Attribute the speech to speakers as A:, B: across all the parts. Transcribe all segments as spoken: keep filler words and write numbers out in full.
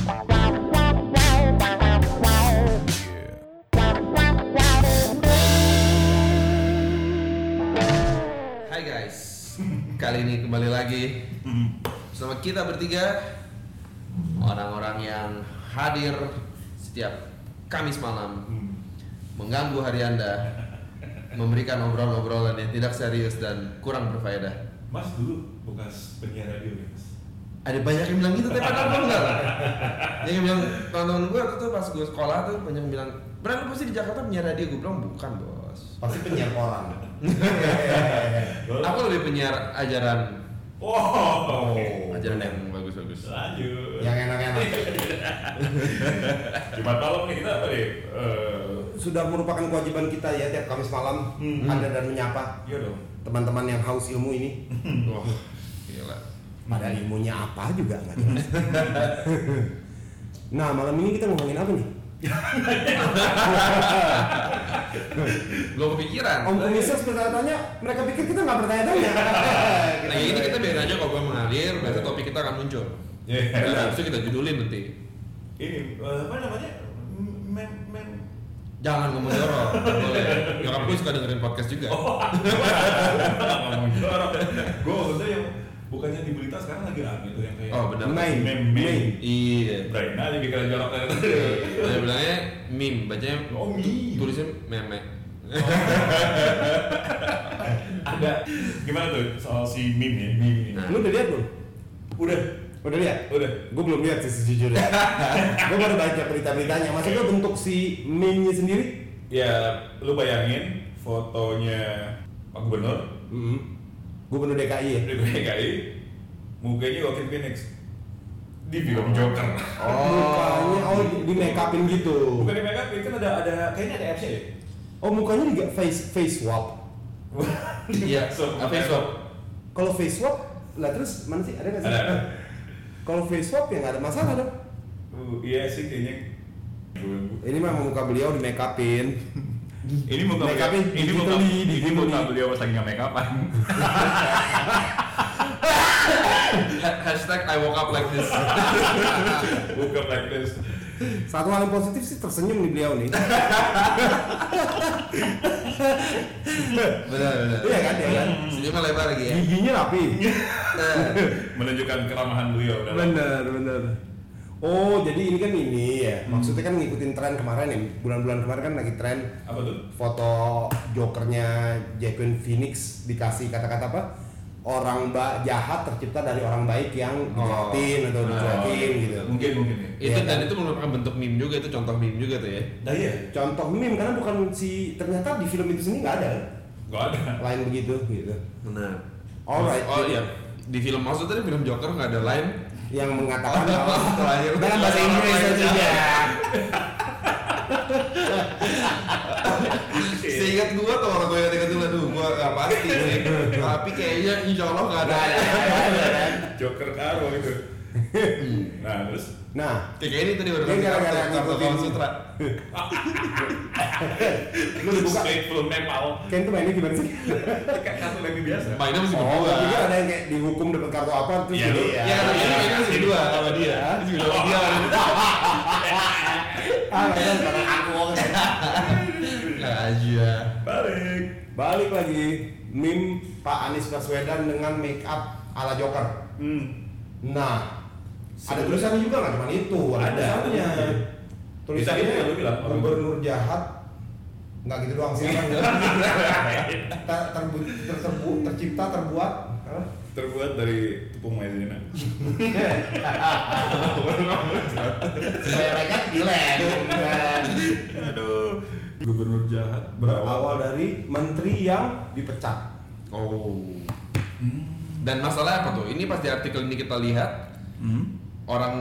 A: Hai guys, kali ini kembali lagi bersama kita bertiga, orang-orang yang hadir setiap Kamis malam, mengganggu hari Anda, memberikan obrolan-obrolan yang tidak serius dan kurang berfaedah.
B: Mas dulu bekas penyiar radio ya Mas?
A: Ada banyak yang bilang gitu, tapi padahal gue enggak lah. Yang bilang, teman-teman gue waktu itu pas gue sekolah tuh banyak yang bilang, Bran lu pasti di Jakarta penyiar radio. Gue bilang, bukan bos,
C: pasti penyiar koran.
A: aku lebih penyiar ajaran.
B: Oh,
A: Ajaran yang bagus-bagus.
B: lanjut.
C: Yang enak-enak.
B: Jumat malam nih kita apa nih? Uh,
C: Sudah merupakan kewajiban kita ya tiap Kamis malam
B: Hmm.
C: ada dan menyapa
B: iya dong.
C: teman-teman yang haus ilmu ini.
A: Wah, gila.
C: Padahal ilmunya apa juga nggak jelas. Nah malam ini kita ngomongin apa nih?
A: Belum kepikiran.
C: Om Komisaris bertanya-tanya, mereka pikir kita nggak bertanya-tanya.
A: Nah ini kita biarin aja kalau gue mengalir, biasa topik kita akan muncul.
B: Yeah.
A: Jadi habis itu kita judulin nanti.
B: Ini uh, apa namanya? Mem mem.
A: Jangan ngomong jorok, nggak boleh. Nyokap gue suka dengerin podcast juga.
B: Ngomong jorok. Gue waktu yang bukannya di berita sekarang lagi rame tuh yang kayak.
A: Oh benar.
C: Main,
B: Mem
C: main.
B: mem.
A: Iya.
B: Brain aja dikira jorok dari tadi.
A: Saya bilangnya meme, bacanya
B: Oh meme.
A: tulisnya meme.
B: Ada gimana tuh soal si meme ya? Meme ini.
A: Nah.
C: Lu udah lihat belum?
B: Udah.
C: Udah lihat?
B: Udah.
C: Gue belum lihat sih sejujurnya. Gue baru baca berita-beritanya. Maksudnya bentuk si meme-nya sendiri?
B: Ya, lu bayangin fotonya Pak Gubernur
C: Mm-hmm. Gubernur D K I ya?
B: di D K I, mukanya Joaquin Phoenix di film Joker.
C: Mukanya, oh di, di make upin gitu.
B: Bukan di make up, kan ada ada kayaknya ada apps-nya deh.
C: Oh mukanya juga face face swap.
A: Iya. Apa itu?
C: Kalau face swap, lah terus mana sih? Ada nggak sih?
B: Ada.
C: Kalau face swap ya nggak ada masalah dong.
B: Uh, iya sih kayaknya.
C: Ini mah muka beliau di make upin.
B: Ini muka
C: Make up-nya
B: ini muka
C: digitally,
B: ini
C: digitally.
B: muka beliau pas lagi nggak make upan.
A: Hashtag I woke up like this.
B: Buka like this.
C: Satu hal yang positif sih tersenyum nih beliau nih.
A: Benar benar.
C: Iya kan, iya kan.
A: Senyumnya lebar lagi ya.
C: Giginya rapi.
A: Nah,
B: Menunjukkan keramahan beliau dalam.
C: Bener bener. Oh jadi ini kan ini ya. Maksudnya kan ngikutin tren kemarin ya. Bulan-bulan kemarin kan lagi tren
B: Apa tuh?
C: foto Jokernya Joaquin Phoenix dikasih kata-kata apa? Orang ba- jahat tercipta dari orang baik yang dijahatin atau dicuekin gitu.
B: Mungkin mungkin ya.
A: itu
C: Iya,
A: dan
C: kan?
A: itu merupakan bentuk meme juga, itu contoh meme juga tuh ya.
B: Nah iya,
C: Contoh meme karena bukan si ternyata di film itu sendiri nggak ada
B: nggak ada.
C: lain begitu gitu.
A: Benar.
C: Alright.
A: Oh iya. Di film maksudnya di film Joker nggak ada line
C: Yang mengatakan bahwa
A: terakhir
C: dalam bahasa Inggris saja.
A: Seingat gua tuh orang gue ingat dulu, aduh gua nggak pasti sih. Tapi kayaknya insya Allah nggak ada.
B: Joker karo itu. Nah terus
C: Nah,
A: Kayak ini tadi baru
C: Dia gara-gara
A: kartu
C: ngikutin-
A: Kama Sutra.
C: lu dibuka.
B: Straight full Nepal.
C: Ken tuh mainnya gimana sih?
B: Kayak kartu lebih biasa.
A: Mainnya masih
C: Oh,
A: berdua.
C: gue pikir ada yang kayak dihukum dapat kartu apa terus
B: Iya,
C: jadi
B: lu-
C: ya.
A: Iya kan ini mainnya masih berdua sama dia. Masih berdua sama dia.
C: Ah, mainan karena aku.
A: Nggak aja.
B: Balik.
C: Balik lagi meme Pak Anies Baswedan dengan make up ala Joker.
B: Hmm.
C: Nah, ada tulisannya juga nggak cuma itu, ada,
B: Ada,
C: tulisannya.
B: ada.
C: Tulisannya
B: Bisa gitu ya, lu bilang, orang
C: gubernur jahat. Nggak gitu doang sih kan. Ter, terbu, ter, terbu, tercipta terbuat apa?
B: Terbuat dari tepung maizena.
C: Supaya mereka dilek.
B: Aduh. Gubernur jahat
C: Berawal dari menteri yang dipecat.
A: Oh. Dan masalah apa tuh? Ini pas di artikel ini kita lihat
B: Hmm.
A: orang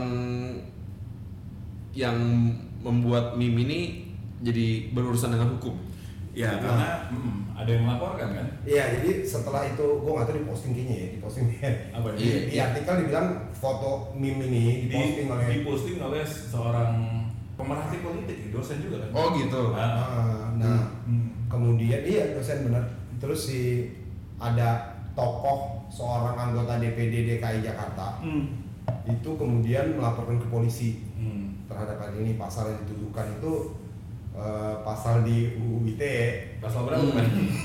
A: yang membuat meme ini jadi berurusan dengan hukum.
B: Ya karena mm, ada yang melaporkan kan.
C: Iya, jadi setelah itu gue nggak tahu di posting kayaknya ya, di posting
B: Apa
C: di,
A: Iya,
C: di artikel dibilang foto meme ini
B: Di,
C: diposting oleh
B: diposting oleh seorang pemerhati politik, dosen juga kan.
A: Oh gitu.
B: Nah,
C: Ah, nah
B: hmm.
C: kemudian iya dosen benar. Terus si ada tokoh seorang anggota D P D D K I Jakarta
B: Hmm.
C: itu kemudian melaporkan ke polisi
B: Hmm.
C: terhadap hal ini. Pasal yang dituduhkan itu uh, pasal di U U I T E.
B: Pasal berapa kan?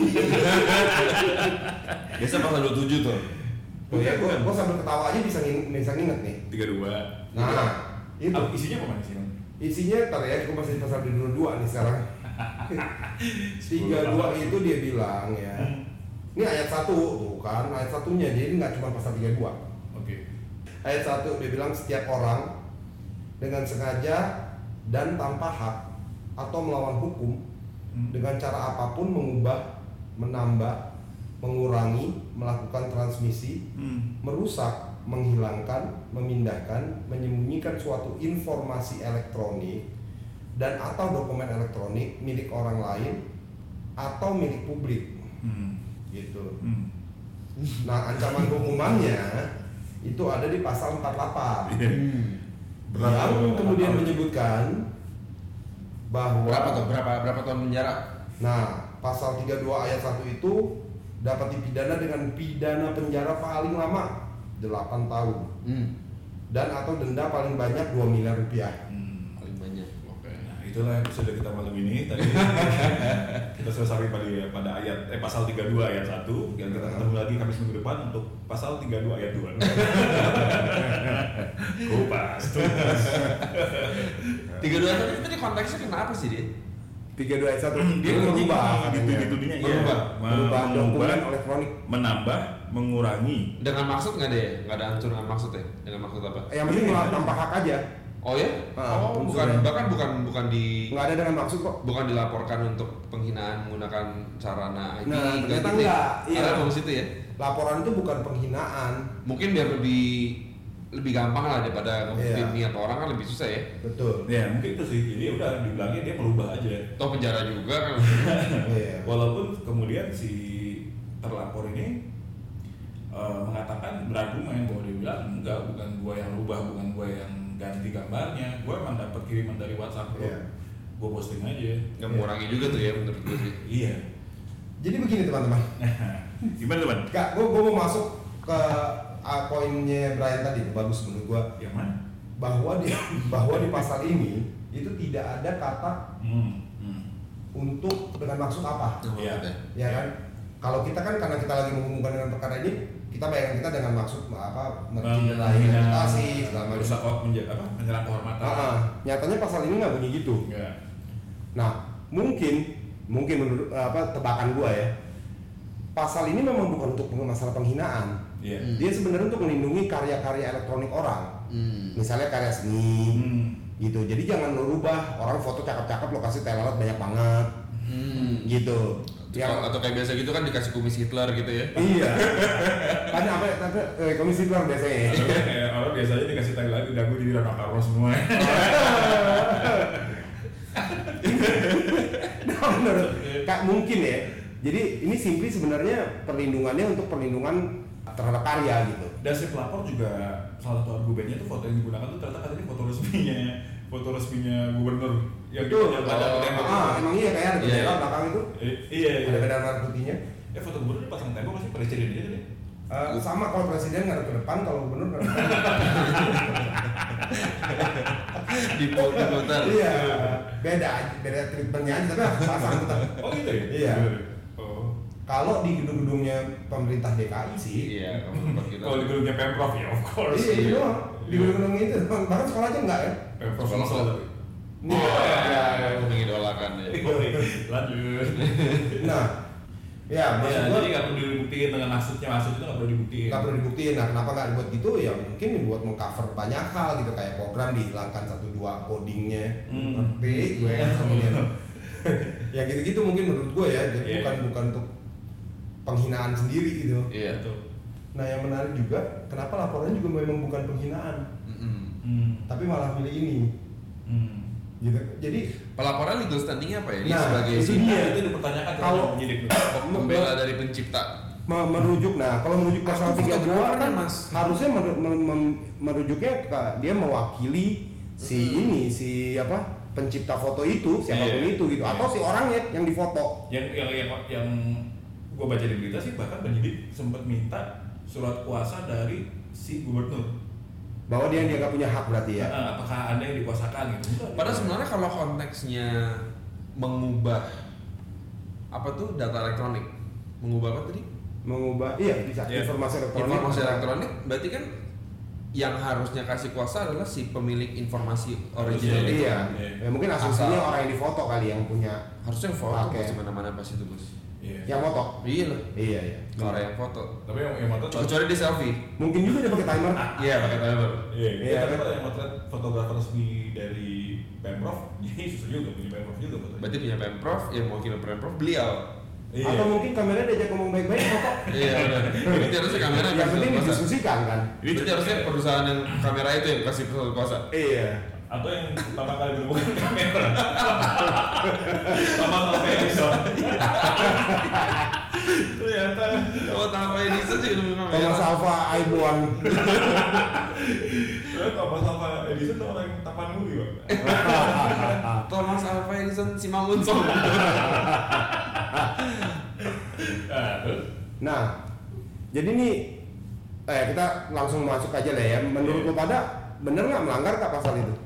A: Biasa pasal dua puluh tujuh tuh.
C: Tuh ya, gua, gua sambil ketawa aja bisa ngin- bisa nginget nih.
B: tiga puluh dua.
C: Nah, itu
B: Apa isinya apa sih?
C: isinya ntar ya, gua masih pasal di dua puluh dua nih sekarang. tiga puluh dua itu dia bilang ya. Ini ayat satu tuh kan, ayat satunya jadi nggak cuma pasal tiga puluh dua.
B: Oke.
C: Ayat satu dia bilang setiap orang dengan sengaja dan tanpa hak atau melawan hukum
B: Hmm.
C: dengan cara apapun mengubah, menambah, mengurangi, melakukan transmisi,
B: Hmm.
C: merusak, menghilangkan, memindahkan, menyembunyikan suatu informasi elektronik dan atau dokumen elektronik milik orang lain atau milik publik
B: Hmm.
C: gitu.
B: Hmm.
C: Nah, ancaman hukumannya itu ada di pasal empat puluh delapan
B: Berat
C: yang
B: tuh,
C: kemudian
B: berat.
C: menyebutkan bahwa
A: Berapa tuh? Berapa berapa tahun penjara?
C: nah, pasal tiga puluh dua ayat satu itu dapat dipidana dengan pidana penjara paling lama delapan tahun
A: Hmm.
C: dan atau denda paling banyak dua miliar rupiah.
B: Hmm.
A: Paling banyak. Oke.
B: Nah, itulah episode kita malam ini. Tadi kita selesai pada pada ayat eh pasal tiga puluh dua ayat satu. Dan kita ketemu lagi Kamis minggu depan untuk pasal tiga puluh dua ayat dua. Kupas.
A: Tiga dua satu tadi konteksnya kenapa sih dia?
C: tiga puluh dua ayat satu dia
B: Dia
C: merubah
B: gitu-gitu dunia. Iya.
A: Merubah.
C: merubah dokumen
B: mengubah,
C: elektronik.
B: menambah, mengurangi.
A: Dengan maksud nggak deh? Nggak ada unsur dengan maksud ya? Dengan maksud apa?
C: Yang penting malah tanpa hak aja.
A: Oh ya?
C: Ah,
A: Oh bukan,
C: unsurnya.
A: bahkan bukan bukan di
C: Nggak ada dengan maksud kok.
A: bukan dilaporkan untuk penghinaan menggunakan sarana I T.
C: Nah,
A: nggak
C: ternyata
A: gitu ya?
C: nggak. Iya.
A: Ada mau situ ya?
C: Laporan itu bukan penghinaan.
A: Mungkin biar lebih lebih gampang lah daripada ngebuktiin
C: Iya.
A: niat orang kan lebih susah ya.
C: Betul.
B: Ya mungkin itu sih. Jadi udah dibilangnya dia merubah aja.
A: Toh penjara juga kan.
C: Iya.
B: Walaupun kemudian si terlapor ini uh, mengatakan berargumen bahwa dia bilang enggak, bukan gua yang rubah, bukan gua yang ganti gambarnya, gua emang dapat kiriman dari WhatsApp bro,
C: Iya.
B: gua posting aja.
A: Nggak mengurangi juga tuh ya menurut gue sih.
B: Iya.
C: Jadi begini teman-teman.
B: Gimana teman?
C: Kak, gua, gua mau masuk ke uh, poinnya Brian tadi, bagus menurut gua,
B: Yang mana?
C: bahwa di bahwa di pasal ini itu tidak ada kata
B: Hmm. Hmm.
C: untuk dengan maksud apa,
B: Iya.
C: ya kan? Kalau kita kan karena kita lagi menghubungkan dengan perkara ini, kita bayangkan kita dengan maksud apa mencederai
B: Menghina,
C: reputasi segala macam.
B: merusak menja- apa menyerang kehormatan.
C: Ah, ah. Nyatanya pasal ini nggak bunyi gitu.
B: Enggak.
C: Nah, mungkin mungkin menurut apa tebakan gua ya, pasal ini memang bukan untuk masalah penghinaan.
B: Iya.
A: Hmm.
C: Dia sebenarnya untuk melindungi karya-karya elektronik orang.
A: Hmm.
C: Misalnya karya seni,
B: Hmm.
C: gitu. Jadi jangan lo rubah orang foto cakep-cakep lo kasih telolet banyak banget,
A: Hmm.
C: gitu.
A: Yang,
C: Yang
A: atau kayak biasa gitu kan dikasih kumis Hitler gitu ya.
C: iya. Kan apa? Tapi eh, komisi keluar biasanya. ya.
B: Kayak orang biasanya dikasih tahu lagi udah gue jadi Rano Karno semua.
C: Nah, menurut Kak mungkin ya. Jadi ini simply sebenarnya perlindungannya untuk perlindungan terhadap karya gitu.
B: Dan si pelapor juga salah satu argumennya tuh foto yang digunakan tuh ternyata katanya foto resminya, foto resminya gubernur yang
C: Itu
B: yang ada
A: oh,
B: tembok.
C: ah, emang iya kayak ada
A: Iya,
C: bendera
A: iya.
C: belakang itu.
B: Eh, iya iya.
C: Ada bendera merah putihnya.
B: Eh foto gubernur dipasang tembok pasti presiden aja deh.
C: Eh, sama kalau presiden nggak ada ke depan, kalau gubernur nggak ada ke depan.
A: Di putar.
C: Iya, beda beda treatmentnya aja tapi pasang tetap.
B: Oh gitu ya?
C: Iya.
B: Oh.
C: Kalau di gedung-gedungnya pemerintah D K I sih,
A: Iya, kalau tempat kita.
B: Kalau di gedungnya Pemprov ya of course.
C: iya itu doang. Di gedung-gedung itu, bahkan sekolah aja enggak ya?
B: Pemprov
A: Sekolah
B: salah
A: tapi.
C: Nih, ya.
A: Mengidolakan ya.
B: Lanjut.
C: Nah, ya maksud
B: Ya,
C: gua
B: jadi nggak perlu dibuktiin dengan maksudnya, maksud itu nggak perlu dibuktiin.
C: nggak perlu dibuktiin. Nah, kenapa nggak dibuat gitu? Ya mungkin dibuat mengcover banyak hal gitu, kayak program dihilangkan satu dua codingnya,
B: Hmm.
C: ngerti gue kemudian. Ya gitu-gitu mungkin menurut gue ya, jadi
B: Iya.
C: bukan bukan untuk penghinaan sendiri gitu.
A: Iya.
B: Betul.
C: Nah, yang menarik juga, kenapa laporannya juga memang bukan penghinaan,
A: Mm-mm.
B: Hmm.
C: tapi malah milih ini,
B: Hmm.
C: gitu. Jadi
A: Pelaporan legal standingnya apa ya? Ini
C: Nah,
A: sebagai
C: itu
A: si
C: dia.
B: Itu dipertanyakan
C: Kalau-
B: sama penyidik.
A: pembela dari pencipta.
C: me- merujuk, nah kalau merujuk pasal
A: Aku
C: tiga puluh dua
A: fotografer
C: kan
A: Mas.
C: harusnya mer- mer- mem- merujuknya ke dia mewakili si
A: Hmm.
C: ini si apa pencipta foto itu siapapun
B: Iya.
C: itu gitu,
B: Iya.
C: atau si orangnya yang difoto.
B: Yang yang yang yang gue baca di berita sih bahkan penyidik sempat minta surat kuasa dari si gubernur
C: Bahwa dia dia nggak punya hak berarti ya.
B: Nah, apakah anda yang dikuasakan gitu?
A: Padahal sebenarnya kalau konteksnya mengubah apa tuh data elektronik, mengubah apa tadi?
C: Mengubah, iya bisa
B: Yeah.
C: informasi elektronik.
A: Informasi elektronik, berarti kan yang harusnya kasih kuasa adalah si pemilik informasi original itu.
C: Iya.
B: Iya.
C: Ya, mungkin asumsinya
A: Asal-
C: orang yang difoto kali yang punya.
A: Harusnya yang foto
C: Oke.
A: pasti mana-mana pas itu bos.
B: Iya.
C: Yang foto.
A: Iya lah.
C: Iya iya.
A: Kalau orang yang foto.
B: Tapi yang yang motret
A: Kecuali dia selfie.
C: Mungkin juga dia pakai timer.
A: Iya pakai timer.
B: Iya,
C: Iya,
B: iya. Tapi
C: kan?
B: kalau yang motret fotografer resmi dari Pemprov, jadi susah juga punya Pemprov juga fotonya.
A: Berarti punya pemprov, yang mewakili pemprov beliau.
B: Iya.
C: Atau mungkin kameranya diajak ngomong baik-baik foto.
A: Iya benar. Berarti harusnya kamera
C: Yang penting
A: kuasa.
C: didiskusikan kan.
A: Berarti harusnya perusahaan yang kamera itu yang kasih kuasa.
C: Iya.
B: Atau yang pertama kali menemukan kamera sama sama Edison. Ternyata
A: Oh tanpa Edison sih udah
C: Thomas
A: kamera.
C: Alva Aibon.
B: ternyata Thomas Alva Edison tuh orang yang tapan muli, Bang.
A: Thomas Alva Edison si Mamunson.
B: Nah, terus
C: Nah, jadi nih eh kita langsung masuk aja lah ya. Menurut
B: Iya.
C: lo pada bener nggak melanggar kak pasal itu?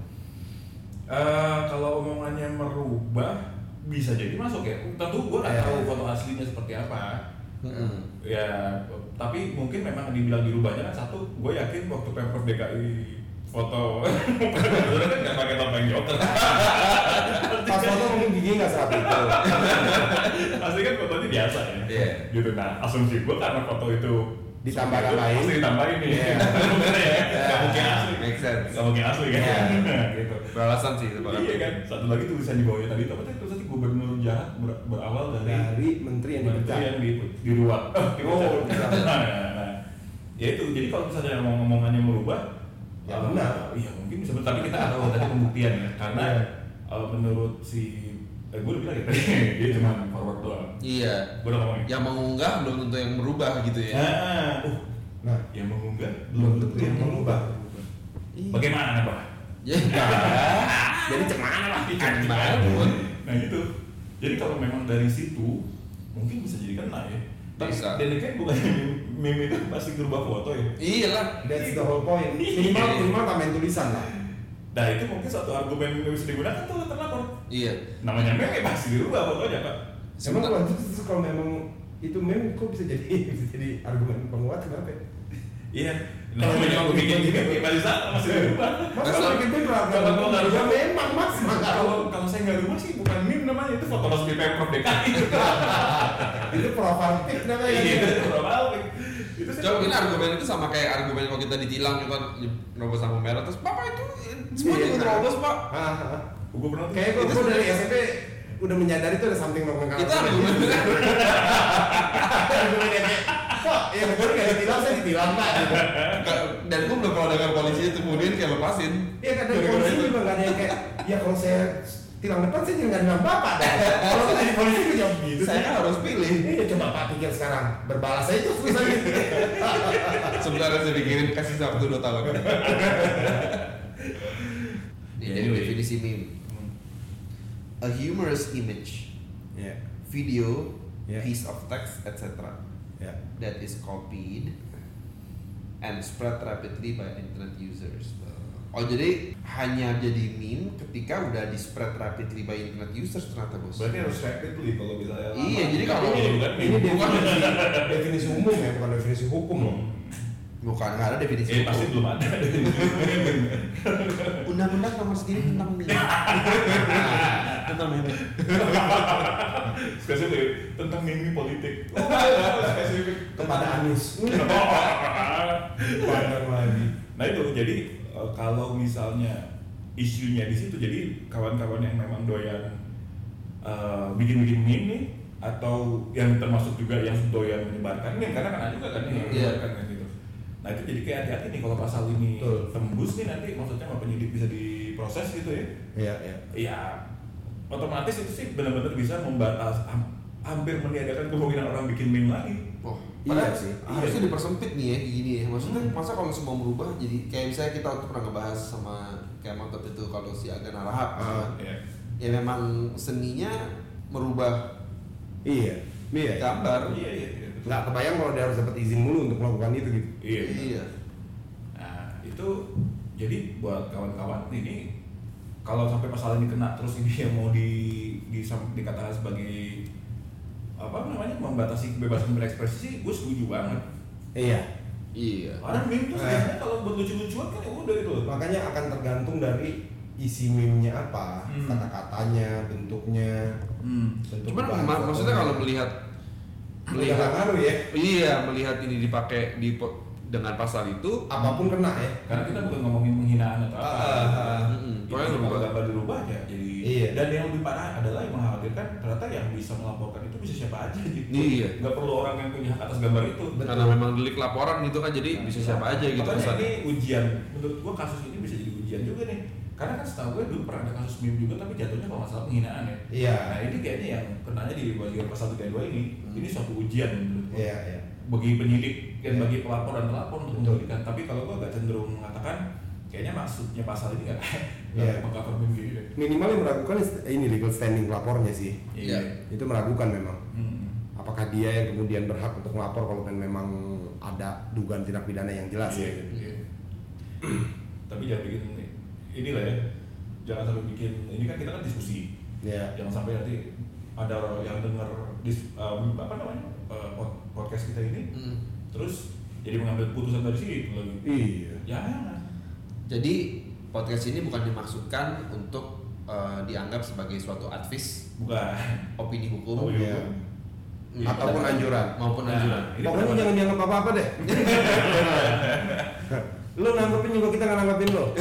B: Eh, kalau omongannya merubah bisa jadi masuk ya. Tentu gue nggak
C: Iya.
B: tahu foto aslinya seperti apa.
A: Heeh.
B: Ya, tapi mungkin memang dibilang dirubahnya kan satu, gue yakin waktu Pemprov D K I foto sebenarnya kan nggak pakai topeng Joker.
C: Pas foto mungkin gigi nggak saat itu.
B: Asli kan fotonya biasa ya.
A: Iya.
B: Gitu. Nah, asumsi gue karena foto itu
C: Ditambahkan
B: itu
C: lain.
B: pasti ditambahin nih.
C: Iya.
B: Bukan ya? Nggak mungkin asli.
A: Make sense.
B: Nggak mungkin asli kan?
C: Iya.
B: Gitu.
A: Beralasan sih itu
B: Iya kan. Satu lagi tulisan di bawahnya tadi itu apa tadi tulisannya gubernur jahat ber- berawal dari
C: Dari menteri yang
B: menteri
C: dipecat.
B: yang di di ruang.
C: Oh,
B: nah, nah, nah. Ya itu. Jadi kalau misalnya ngomong ngomongannya merubah,
C: Ya
B: eh,
C: benar.
B: Iya mungkin bisa benar. Tapi kita nggak tahu tadi pembuktian ya. Karena
C: Iya.
B: eh, menurut si eh, gue udah bilang ya tadi dia cuma forward doang.
A: Iya.
B: Gue udah ngomongin.
A: Yang mengunggah belum tentu yang merubah gitu ya.
B: Nah, uh,
C: Nah,
B: yang mengunggah
C: belum tentu yang mengubah.
A: Iya.
B: Bagaimana, Pak?
A: Ya enggak.
C: Jadi cemana lah?
A: Gimana pun.
B: Nah gitu. Jadi kalau memang dari situ mungkin bisa jadi kena ya. Tapi
A: Bisa.
B: dan kan bukan meme itu pasti berubah foto ya.
A: Iya lah.
C: That's the whole point. Minimal minimal tambahin tulisan lah.
B: Nah itu mungkin satu argumen yang bisa digunakan tuh terlapor.
A: Iya.
B: Namanya meme pasti dirubah fotonya, Pak.
C: Emang
A: Sebentar.
C: waktu itu kalau memang itu meme kok bisa jadi bisa jadi argumen penguat kenapa? ya?
B: Iya. Namanya
C: Kalau
B: bikin
C: bikin-
B: meme masih sama masih dirubah.
C: Mas
A: Asal-
C: kalau bikin
B: kalau
C: beragam
B: gua nggak
C: ya
B: rubah-
C: memang mas maka
B: Kalau kalau saya nggak rubah sih bukan meme namanya itu foto resmi Pemprov D K I.
C: itu profil pic namanya.
B: Iya, itu normal. Itu sih.
A: Coba mungkin argumen itu sama kayak argumen kalau kita ditilang kita nerobos lampu merah terus Papa itu semua
C: Iya,
A: juga
C: nah.
A: nerobos Pak.
C: Ah, ah.
B: Gue pernah tuh.
C: Kayak gue
A: Itu
C: gue dari
A: sebenarnya-
C: S M P udah menyadari itu ada something wrong dengan
A: Itu argumen.
C: argumen yang kayak kok ya gue nggak ditilang saya ditilang pak. Gitu.
A: Dan gue belum pernah dengar polisi itu kemudian kayak lepasin.
C: Iya kan dari
A: Gara-gara
C: polisi
A: itu.
C: juga nggak ada yang kayak ya kalau saya tilang depan saya jangan bilang bapak deh. Kalau saya jadi polisi gue jawab gitu.
A: Saya kan harus pilih.
C: Iya coba pak pikir sekarang berbalas saya itu tulisan gitu.
A: Sebenarnya saya pikirin kasih waktu dua tahun. Nih, jadi
B: Anyway.
A: definisi meme. A humorous image,
C: Ya.
A: video,
C: Yeah.
A: piece of text, et cetera
C: Ya.
A: that is copied and spread rapidly by internet users. Oh jadi hanya jadi meme ketika udah di spread rapidly by internet users ternyata bos.
B: Berarti harus rapidly kalau misalnya.
A: Iya,
B: lama.
A: jadi
B: Tapi
A: kalau-
B: ini bukan
C: Ini
B: meme.
C: definisi definisi umum ya bukan definisi hukum loh.
A: Bukan nggak ada definisi.
B: Eh pasti
A: hukum.
B: belum ada.
A: Undang-undang nomor segini tentang meme. Tentang meme.
B: Spesifik tentang meme politik. Oh, spesifik
C: Kepada Anies. Pandang lagi.
B: Nah itu jadi eh, kalau misalnya isunya di situ, jadi kawan-kawan yang memang doyan eh, bikin-bikin meme nih, atau yang termasuk juga yang doyan menyebarkan meme, karena kan ada juga kan yang
A: Iya.
B: menyebarkan kan gitu. Nah itu jadi kayak hati-hati nih kalau pasal ini
C: Betul.
B: tembus nih nanti, maksudnya sama penyidik bisa diproses gitu ya.
C: Iya iya.
B: Ya otomatis itu sih benar-benar bisa membatas, ham- hampir meniadakan kemungkinan orang bikin meme lagi.
A: Oh,
C: Iya
A: padahal
C: sih.
A: harusnya
B: Iya.
A: dipersempit nih ya gini ya. Maksudnya
B: Hmm.
A: masa kalau semua merubah jadi kayak misalnya kita waktu pernah ngebahas sama kayak mantap itu kalau si Agan Arahap gitu kan.
B: Ya.
A: Ya memang seninya merubah
C: Iya. Iya.
A: gambar.
B: Iya iya. iya, betul.
C: Nggak kebayang kalau dia harus dapat izin mulu untuk melakukan itu gitu.
B: Iya.
A: Iya.
B: Nah itu itu jadi buat kawan-kawan ini kalau sampai pasal ini kena terus ini yang mau di, di dikatakan sebagai apa namanya membatasi kebebasan berekspresi sih, gue setuju banget.
C: Iya.
A: Iya.
B: Karena meme itu sebenarnya kalau buat lucu-lucuan kan ya udah itu.
C: Makanya akan tergantung dari isi meme-nya apa,
B: Hmm.
C: kata-katanya, bentuknya.
B: Hmm.
C: bentuk
A: Cuman
C: bahan
A: mak- maksudnya
C: fotonya.
A: kalau melihat
C: melihat ngaruh ya,
A: iya melihat ini dipakai di po- dengan pasal itu
C: apapun kena ya.
B: Karena kita bukan ngomongin penghinaan atau apa.
C: Ah, ah, ah.
A: Mm-mm.
B: Itu
A: Pokoknya
B: kalau
A: berubah.
B: gambar dirubah aja jadi.
C: Iya.
B: Dan yang lebih parah adalah yang mengkhawatirkan ternyata yang bisa melaporkan itu bisa siapa aja gitu.
A: Iya.
B: Nggak perlu orang yang punya hak atas gambar itu.
A: Karena memang delik laporan gitu kan, jadi bisa siapa aja gitu
B: Makanya
A: kesannya.
B: ini ujian. Menurut gua kasus ini bisa jadi ujian juga nih. Karena kan setahu gue dulu pernah ada kasus meme juga tapi jatuhnya kalau nggak salah penghinaan ya.
C: Iya.
B: Nah ini kayaknya yang kenanya di bagian pasal tiga puluh dua ini,
A: Hmm.
B: ini suatu ujian menurut gue.
C: Iya, iya.
B: Bagi penyidik dan
C: Iya.
B: bagi pelapor dan pelapor untuk
C: Betul.
B: membuktikan. Tapi kalau gue agak cenderung mengatakan kayaknya maksudnya pasal ini nggak
C: Iya.
B: nggak mengcover meme gitu deh.
C: Minimal yang meragukan is- ini legal standing pelapornya sih.
A: Iya.
C: Itu meragukan memang.
B: Hmm.
C: Apakah dia yang kemudian berhak untuk melapor kalau kan memang ada dugaan tindak pidana yang jelas
B: Iya,
C: ya.
B: iya. Tapi jangan bikin inilah ya. Jangan sampai bikin ini kan kita kan diskusi.
C: Iya.
B: Jangan sampai nanti ada orang yang dengar dis, um, apa namanya uh, pod- podcast kita ini
A: Mm.
B: terus jadi mengambil putusan dari situ lagi.
C: Iya.
B: Jangan.
A: Jadi podcast ini bukan dimaksudkan untuk uh, dianggap sebagai suatu advice,
B: Bukan.
A: opini hukum,
B: Oh,
C: Iya.
A: Hmm.
C: Ataupun anjuran.
A: maupun
B: Nah,
A: anjuran.
B: ini
C: Pokoknya
B: benar-benar-
C: jangan dianggap apa-apa deh. Lo nanggepin juga kita nggak nanggepin lo.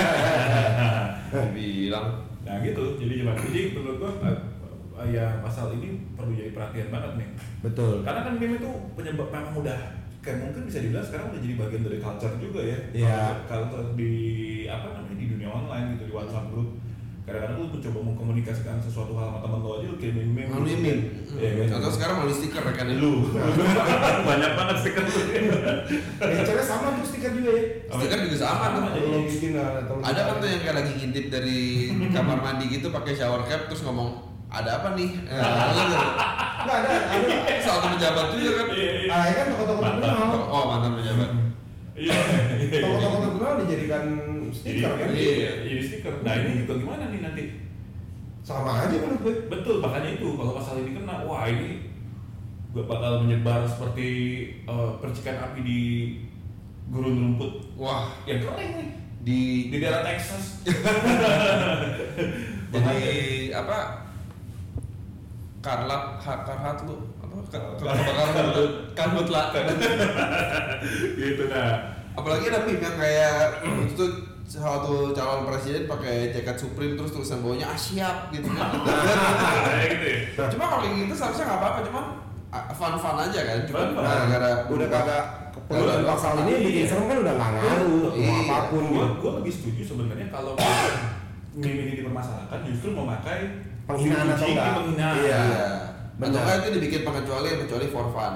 A: Bilang.
B: Nah gitu, jadi gimana? Jadi menurut gua uh, uh, ya pasal ini perlu jadi perhatian banget nih.
C: Betul.
B: Karena kan meme itu penyebab memang udah kayak mungkin bisa dibilang sekarang udah jadi bagian dari culture juga ya.
C: Iya.
B: Culture di apa namanya di dunia online gitu di WhatsApp group. Kadang-kadang lu mencoba mengkomunikasikan sesuatu hal sama teman lo aja lu kirim meme.
A: Melalui meme.
B: Iya kan?
A: Atau sekarang melalui stiker kan
B: Lu. Banyak banget stiker lu.
C: Eh, cewek sama tuh stiker juga ya.
A: Stiker juga sama tuh.
B: Jadi-
C: Kalau bikin atau
A: Ada kan tuh yang kayak lagi ngintip dari kamar mandi gitu pakai shower cap terus ngomong ada apa nih? Eh, gitu.
C: nggak ada. Ada.
A: Satu pejabat juga kan.
B: Iya, iya.
C: Ah, ya kan toko-toko terkenal.
A: Oh mantan pejabat.
B: Iya.
C: Toko-toko terkenal dijadikan
B: Jadi
C: stiker kan.
B: iya, jadi stiker. Nah ini juga gimana nih nanti?
C: Sama aja menurut gue.
B: Betul, makanya itu kalau pasal ini kena, wah ini gue bakal menyebar seperti uh, percikan api di gurun rumput
A: Wah,
B: yang kering nih
A: di
B: di daerah Texas.
A: jadi apa? Karlat, ha- karhat lu apa? Ka- Kebakaran lu, kabut lah.
B: Gitu nah.
A: Apalagi ada meme yang kayak itu tuh satu calon presiden pakai jaket Supreme terus tulisan bawahnya ah siap gitu kan.
B: Kayak gitu ya.
A: Cuma kalau kayak gitu seharusnya nggak apa-apa, cuma fun-fun aja kan. Cuma
B: Fun-fun.
A: gara-gara
C: Udah kagak keputusan
A: Udah,
C: pasal ini
B: iya.
C: bikin serem kan udah nggak ngaruh mau
A: Iya.
C: apapun
B: Gue
C: gitu.
B: gue lebih setuju sebenarnya kalau meme ini dipermasalahkan justru memakai
C: Penghinaan atau
B: diuji
C: enggak?
B: penghinaan.
C: Iya.
A: Iya. Atau
C: Benar.
A: kan itu dibikin pengecualian kecuali for fun.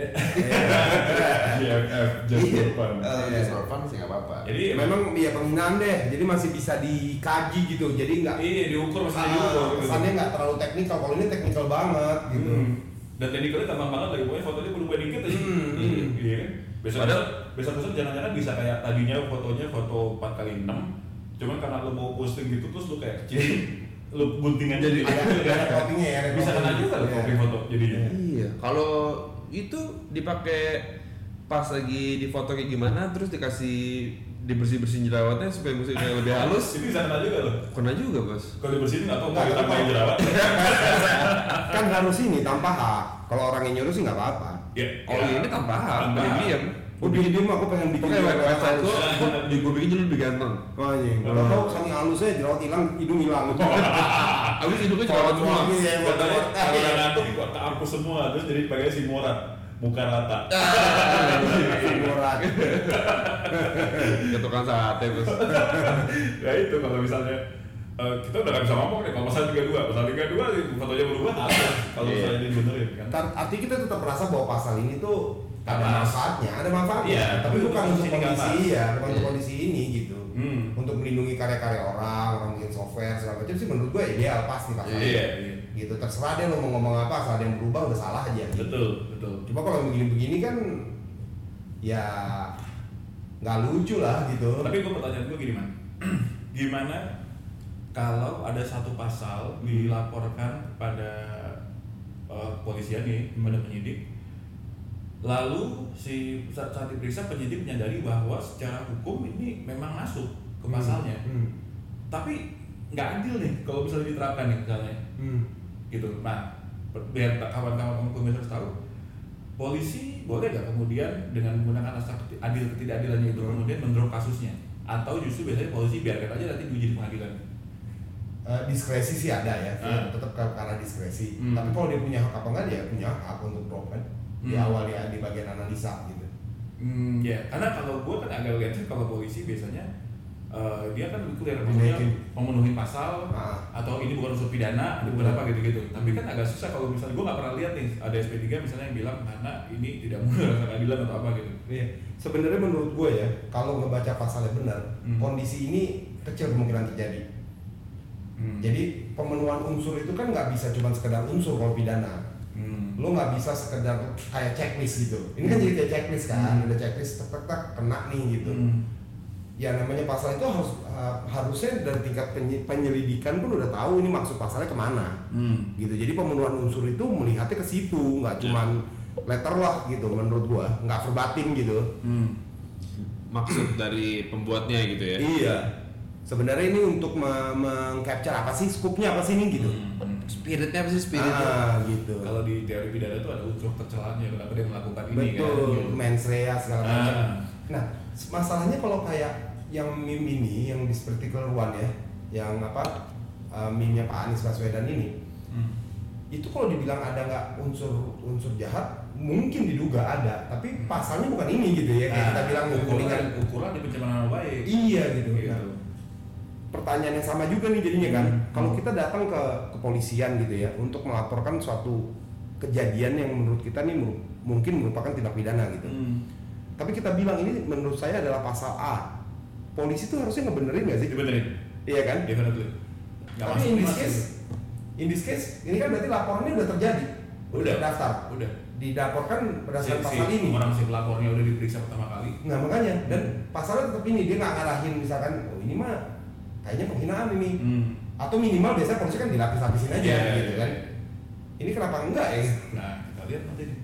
B: Iya, just for fun.
A: Eh,
C: Iya.
A: just for fun sih nggak apa-apa.
B: Jadi
C: Memang ya penghinaan deh, jadi masih bisa dikaji gitu. Jadi nggak
B: iya diukur masih
C: ah,
B: diukur. gitu.
C: kesannya nggak terlalu teknikal. Kalau ini teknikal banget gitu.
B: Hmm. Dan teknikalnya gampang banget lagi, pokoknya fotonya berubah dikit aja.
C: Hmm.
B: Iya, iya kan? Besok
A: Padahal-
B: besok besok jangan-jangan bisa kayak tadinya fotonya foto empat kali enam, cuman karena lo mau posting gitu terus lo kayak kecil, lo bunting aja
A: Jadi-
B: di-
C: Ada ada croppingnya ya. ada
B: bisa kena
C: cropping.
B: juga lo
C: Iya.
B: cropping foto jadinya.
A: Iya. Kalau itu dipakai pas lagi di foto kayak gimana, terus dikasih dibersih-bersihin jerawatnya supaya musiknya lebih halus.
B: Itu bisa kena juga lo.
A: Kena juga bos.
B: Kalau dibersihin nggak tahu mau
C: Nggak,
B: ditambahin
C: tapi-
B: jerawat.
C: Kan harus ini tanpa hak. Kalau orang yang nyuruh sih nggak apa-apa.
B: Ya,
A: Oh
B: ya.
A: ini tanpa hak,
B: Tanpa hak.
A: diam.
C: Gue bikin diem aku pengen bikin
A: Pokoknya
C: jerawat
A: website
C: halus.
A: lo, gue bikin jadi lebih ganteng.
C: Wah anjing, kalau tahu saking halusnya jerawat hilang, hidung hilang.
A: Abis hidungnya jerawat semua.
C: Iya,
B: Katanya
C: buat-
B: kalau udah ngantuk kok kehapus semua terus jadi pakai simurat muka rata.
C: Murah.
A: Ya tukang sate bos.
B: Ya itu kalau misalnya eh, kita udah gak bisa ngomong deh kalau pasal tiga puluh dua, pasal tiga puluh dua fotonya berubah apa kalau
A: Iya.
B: misalnya dibenerin kan.
C: Tar- Artinya kita tetap merasa bahwa pasal ini tuh ada
B: Pas.
C: manfaatnya, ada manfaatnya.
B: Iya,
C: tapi
B: tapi
C: bukan
B: untuk
C: untuk
B: kondisi ini nggak
C: kondisi
B: pas.
C: ya, bukan untuk
A: Iya.
C: kondisi ini gitu.
B: Hmm.
C: Untuk melindungi karya-karya orang, orang bikin software segala macam sih menurut gue ideal pas nih pasal.
B: Iya, iya.
C: Gitu terserah deh lo mau ngomong apa, asal ada yang berubah udah salah aja. Gitu.
B: Betul, betul.
C: Cuma kalau begini-begini kan ya nggak lucu lah gitu.
B: Tapi gue pertanyaan gue gini man, gimana kalau ada satu pasal dilaporkan kepada uh, kepolisian nih, kepada penyidik, lalu si saat, saat diperiksa penyidik menyadari bahwa secara hukum ini memang masuk ke pasalnya, hmm. Hmm. tapi nggak adil nih kalau misalnya diterapkan nih misalnya, hmm. gitu. Nah, biar kawan-kawan hukum harus tahu, polisi boleh nggak kemudian dengan menggunakan asas adil ketidakadilannya itu kemudian mendorong kasusnya, atau justru biasanya polisi biarkan aja nanti diuji di pengadilan?
C: Uh, diskresi sih ada ya,
B: uh.
C: tetap ke arah diskresi.
B: Hmm.
C: Tapi kalau dia punya hak apa enggak, dia punya hak untuk drop kan. Di
B: Hmm.
C: awal ya di bagian analisa gitu.
B: Hmm, ya, yeah. Karena kalau gue kan agak lihat sih kalau polisi biasanya uh, dia kan lebih clear, maksudnya memenuhi pasal ah. atau ini bukan unsur pidana, ada beberapa gitu-gitu. Tapi kan agak susah kalau misalnya gue nggak pernah lihat nih ada S P tiga misalnya yang bilang karena ini tidak mudah rasa keadilan atau apa gitu.
C: Iya. Sebenarnya menurut gue ya, kalau ngebaca pasalnya benar, hmm. kondisi ini kecil kemungkinan terjadi. Hmm. Jadi pemenuhan unsur itu kan nggak bisa cuma sekedar unsur kalau pidana. Hmm. Lo nggak bisa sekedar kayak checklist gitu. Ini kan jadi kayak checklist kan, hmm. udah checklist tek tek kena nih gitu. Hmm. Ya namanya pasal itu harus uh, harusnya dari tingkat penyelidikan pun udah tahu ini maksud pasalnya kemana. Hmm. Gitu. Jadi pemenuhan unsur itu melihatnya ke situ, nggak cuma letter lah gitu menurut gua, nggak verbatim gitu.
A: Hmm. Maksud dari pembuatnya gitu ya.
C: Iya. Sebenarnya ini untuk meng-capture apa sih, scoop-nya apa sih ini gitu.
B: Hmm.
A: Spiritnya apa sih spiritnya?
C: Ah, gitu.
B: Kalau di teori pidana itu ada unsur tercelanya kenapa dia melakukan ini.
C: Betul, kan. Betul, mens rea segala
B: ah.
C: macam. Nah, masalahnya kalau kayak yang meme ini, yang di Spectacle One ya, yang apa, uh, meme-nya Pak Anies Baswedan ini, hmm. itu kalau dibilang ada nggak unsur-unsur jahat, mungkin diduga ada, tapi pasalnya bukan ini gitu ya, kayak nah, kita bilang
B: ukuran, ukuran di pencemaran nama baik.
C: Iya gitu.
B: gitu.
C: Nah, pertanyaan yang sama juga nih jadinya kan, hmm. kalau kita datang ke kepolisian gitu ya untuk melaporkan suatu kejadian yang menurut kita nih mungkin merupakan tindak pidana gitu, hmm. tapi kita bilang ini menurut saya adalah pasal A, polisi tuh harusnya ngebenerin nggak sih?
B: Dibenerin,
C: iya kan?
B: Definitely.
C: Tapi in this case, in this case ini kan berarti laporannya udah terjadi,
B: udah
C: daftar,
B: udah
C: dilaporkan berdasarkan
B: si,
C: pasal
B: si,
C: ini.
B: Orang si pelapornya udah diperiksa pertama kali.
C: Nah makanya, dan pasalnya tetap ini, dia nggak ngarahin misalkan, oh ini mah kayaknya penghinaan ini, hmm. atau minimal biasanya polisi kan dilapis-lapisin aja yeah, gitu kan. Ini kenapa enggak ya?
B: Nah kita lihat nanti nih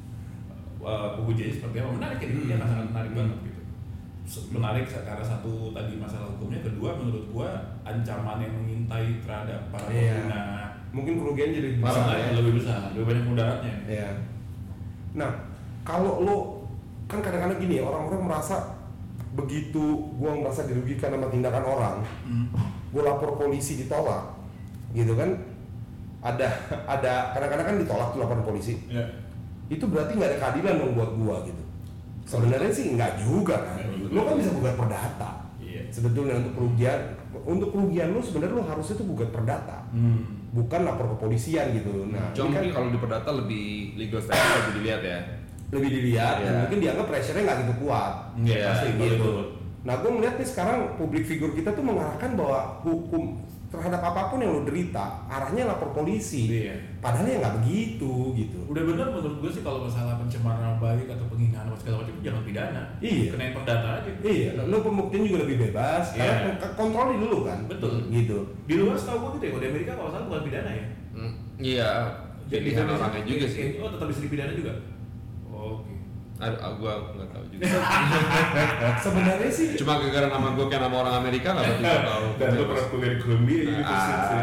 B: uh, pengujiannya seperti apa, menarik ya, hmm. dia sangat menarik hmm. banget gitu. Menarik karena satu tadi masalah hukumnya, kedua menurut gua ancaman yang mengintai terhadap para
C: yeah.
B: pengguna
C: mungkin kerugian jadi
B: besar, ya. lebih besar, lebih banyak mudaratnya.
C: Yeah. Nah kalau lo kan kadang-kadang gini ya, orang-orang merasa begitu gua merasa dirugikan sama tindakan orang, hmm. gua lapor polisi ditolak, gitu kan? Ada ada kadang-kadang kan ditolak tuh laporan polisi, yeah. itu berarti nggak ada keadilan dong buat gua gitu. Sebenarnya sih nggak juga kan, ya, lo kan bisa gugat perdata. Yeah. Sebetulnya untuk kerugian, untuk kerugian lo sebenarnya lo harusnya tuh gugat perdata, hmm. bukan lapor ke polisian gitu. Nah,
A: Cuma
C: kan
A: kalau di perdata lebih legal status lebih dilihat ya.
C: lebih dilihat yeah. dan mungkin dianggap pressure-nya nggak gitu kuat.
B: Iya, yeah,
C: pasti
B: gitu.
C: gitu. Nah, gue melihat nih sekarang publik figur kita tuh mengarahkan bahwa hukum terhadap apapun yang lo derita arahnya lapor polisi.
B: Yeah.
C: Padahal ya nggak begitu gitu.
B: Udah benar menurut gue sih kalau masalah pencemaran nama baik atau penghinaan atau segala macam itu jangan pidana.
C: Iya.
B: Kenain perdata aja.
C: Iya. Lo pembuktian juga lebih bebas.
B: Yeah.
C: Karena kontrol dulu kan.
B: Betul.
C: Gitu.
B: Di luar setahu gue gitu ya. Kalau di Amerika kalau salah bukan pidana ya.
A: Hmm. Iya. Jadi kan orangnya juga sih.
B: Oh tetap bisa dipidana juga. Oke.
A: Aduh, gua nggak tahu juga.
C: Sebenarnya sih
A: cuma gara-gara nama gua kayak nama orang Amerika nggak berarti nggak tahu.
B: Dan lu pernah kuliah di Columbia University.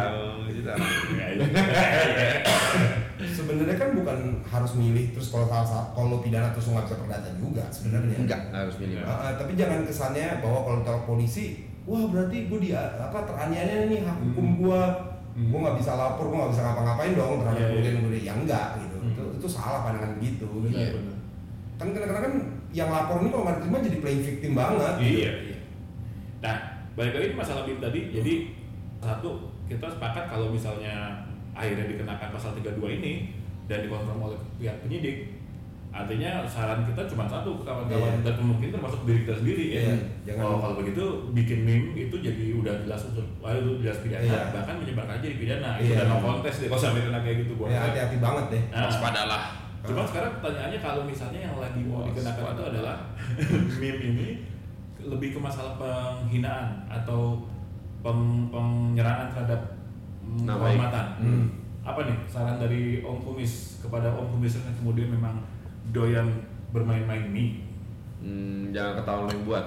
C: Sebenarnya kan bukan harus milih terus kalau salah kalau pidana terus nggak bisa perdata juga sebenarnya.
A: Enggak harus milih.
C: Uh, tapi jangan kesannya bahwa kalau ditolak polisi, wah berarti gua di apa teraniaya nih hak hukum gua. Hmm. Gue nggak bisa lapor, gue nggak bisa ngapa-ngapain dong terhadap
B: yeah,
C: kerugian
B: yeah.
C: gue, ya enggak gitu. Hmm. Itu, itu salah pandangan gitu.
B: Iya.
C: Gitu. Kan kadang-kadang kan yang lapor ini kalau nggak diterima jadi playing victim banget.
B: Iya. Gitu. Iya. Nah, balik lagi masalah B I M tadi. Hmm. Jadi satu kita sepakat kalau misalnya akhirnya dikenakan pasal tiga puluh dua ini dan dikonfirm oleh pihak penyidik, artinya saran kita cuma satu ke kawan-kawan yeah. dan mungkin termasuk diri kita sendiri ya. Yeah. Jangan oh, kalau begitu bikin meme itu jadi udah jelas unsur, itu jelas pidana, yeah. bahkan menyebarkan jadi pidana. Itu
C: yeah.
B: udah no kontes deh kalau sampai kena kayak gitu.
C: Ya yeah, hati-hati banget deh.
B: Nah,
A: waspadalah.
B: Cuma sekarang pertanyaannya kalau misalnya yang lagi mau dikenakan itu adalah meme ini lebih ke masalah penghinaan atau peng, penyerangan terhadap mm,
A: Nah,
B: kehormatan.
C: Hmm.
B: Apa nih saran dari Om Kumis kepada Om Kumis yang kemudian memang doyan bermain-main mie?
A: Hmm, jangan ketahuan lo yang buat.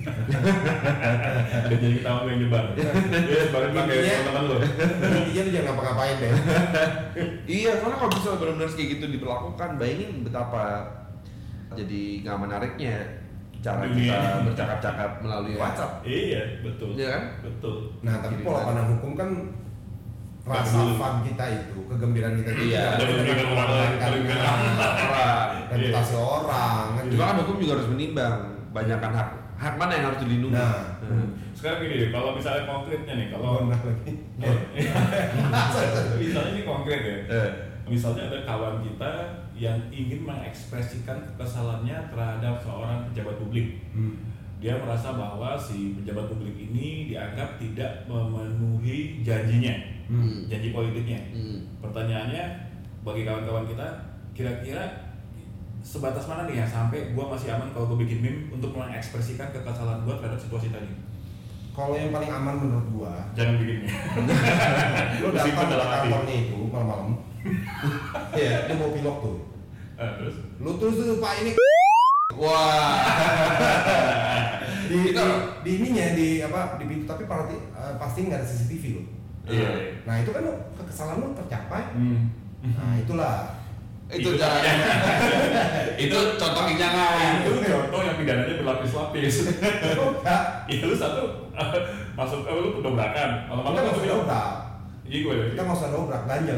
B: Udah jadi tahu yang nyebar. Ya, sebarin pakai
C: Intinya-
B: teman-teman lo.
C: Intinya lu jangan ngapa-ngapain deh.
A: Iya, soalnya kalau bisa benar-benar kayak gitu diberlakukan, bayangin betapa jadi nggak menariknya cara
B: Dunia.
A: kita bercakap-cakap melalui WhatsApp.
B: Iya, betul.
A: Iya kan?
B: Betul.
C: Nah, tapi
A: Kiriman.
C: pola pandang hukum kan rasa
B: Dulu.
C: fun kita itu, kegembiraan kita itu
A: Iya.
C: tidak
B: Dan
C: boleh
B: merugikan
C: dengan
B: orang lain,
C: mengorbankan
B: merugikan
A: Orang.
C: reputasi orang kan.
A: Cuma kan hukum juga harus menimbang banyakkan hak hak mana yang harus dilindungi.
C: Nah.
A: Hmm.
B: Sekarang gini deh, kalau misalnya konkretnya nih,
C: Oh,
B: kalau
C: nah lagi.
B: misalnya ini konkret ya.
A: Eh.
B: Misalnya ada kawan kita yang ingin mengekspresikan kekesalannya terhadap seorang pejabat publik.
C: Hmm.
B: Dia merasa bahwa si pejabat publik ini dianggap tidak memenuhi janjinya,
C: Hmm.
B: janji politiknya.
A: Hmm.
B: Pertanyaannya bagi kawan-kawan kita, kira-kira sebatas mana nih ya sampai gua masih aman kalau gua bikin meme untuk mengekspresikan kekesalan gua terhadap situasi tadi?
C: Kalau yang paling aman menurut gua,
B: Jangan bikin meme.
C: lu
B: Simpen
C: datang ke
B: dalam hati.
C: kantornya itu malam-malam. Iya, dia mau pilok tuh.
B: Eh, terus?
C: Lu terus tuh Pak ini
A: Wah.
C: di, di,
A: Itu-
C: di ininya di apa di pintu tapi pasti eh, pasti nggak ada C C T V loh.
B: Iya.
C: Nah itu kan kekesalan lu tercapai.
B: Hmm.
C: Nah itulah.
A: Itu jangan. Itu contoh yang jangan.
B: Itu contoh yang pidananya berlapis-lapis.
C: Enggak.
B: Iya lu satu masuk, eh, lu dobrakan. Kalau
C: Kita
B: malam
C: nggak
B: masuk
C: usah dobrak.
B: Iya gue.
C: Kita nggak usah dobrak ganjel.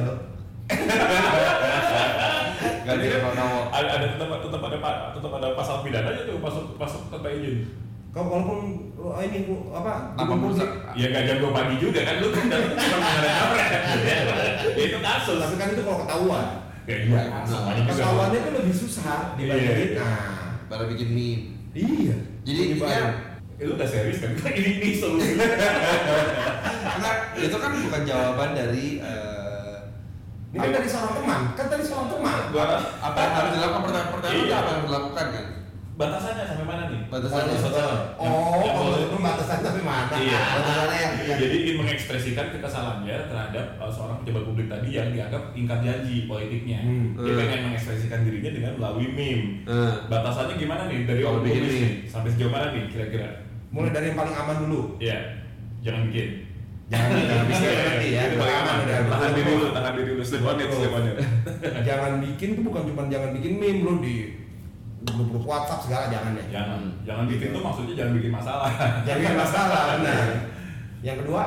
A: Gak ada yang mau.
B: Ada ada tetap tetap ada pa- tetap ada pasal pidananya tuh masuk masuk tanpa izin.
C: Kalau walaupun lu, ah, ini lu, apa?
A: Apa
C: gedung
A: merusak?
C: publik.
B: Ya gak jam dua pagi juga kan lu kan datang cuma mengaret-ngaret. Ya itu kasus.
C: Tapi kan itu kalau ketahuan.
B: Ya iya,
A: Nah,
B: semuanya juga.
C: Ketahuannya tuh lebih susah dibandingin.
B: Iya.
C: Nah,
A: Baru bikin meme.
C: iya.
A: Jadi
C: Ini
A: intinya
C: banyak.
B: Eh, lu udah serius kan? Ini ini solusinya.
A: karena itu kan bukan jawaban dari eh,
C: Ini kan dari seorang teman, kan dari seorang teman.
B: Gua
A: apa yang harus dilakukan pertanyaan-pertanyaan itu
B: Iya.
A: apa yang harus dilakukan kan?
B: batasannya sampai mana nih?
A: Batasannya.
B: Batasannya.
C: Oh,
B: Yang
C: kalau
B: boleh-
C: itu batasan tapi mana?
B: Iya.
A: Batasannya yang, yang
B: Jadi ingin mengekspresikan kekesalannya terhadap uh, seorang pejabat publik tadi yang dianggap ingkar janji politiknya.
C: Hmm.
B: Dia
A: Hmm.
B: pengen mengekspresikan dirinya dengan melalui meme.
A: Eh,
B: Batasannya gimana nih dari
A: Kalau
B: Om
A: bikin
B: Kumis
A: meme.
B: nih? Sampai sejauh mana nih kira-kira?
C: Mulai dari yang paling aman dulu.
B: Ya, jangan bikin.
C: Jangan jangan bikin berarti ya.
B: Itu paling aman.
C: udah.
B: Tahan diri dulu, tahan diri dulu. Slip on it, slip on it.
C: Jangan bikin tuh bukan cuma jangan bikin meme lu di grup-grup WhatsApp segala jangan ya.
B: Jangan, jangan bikin tuh maksudnya jangan bikin masalah.
C: Jangan bikin masalah, benar. Yang kedua,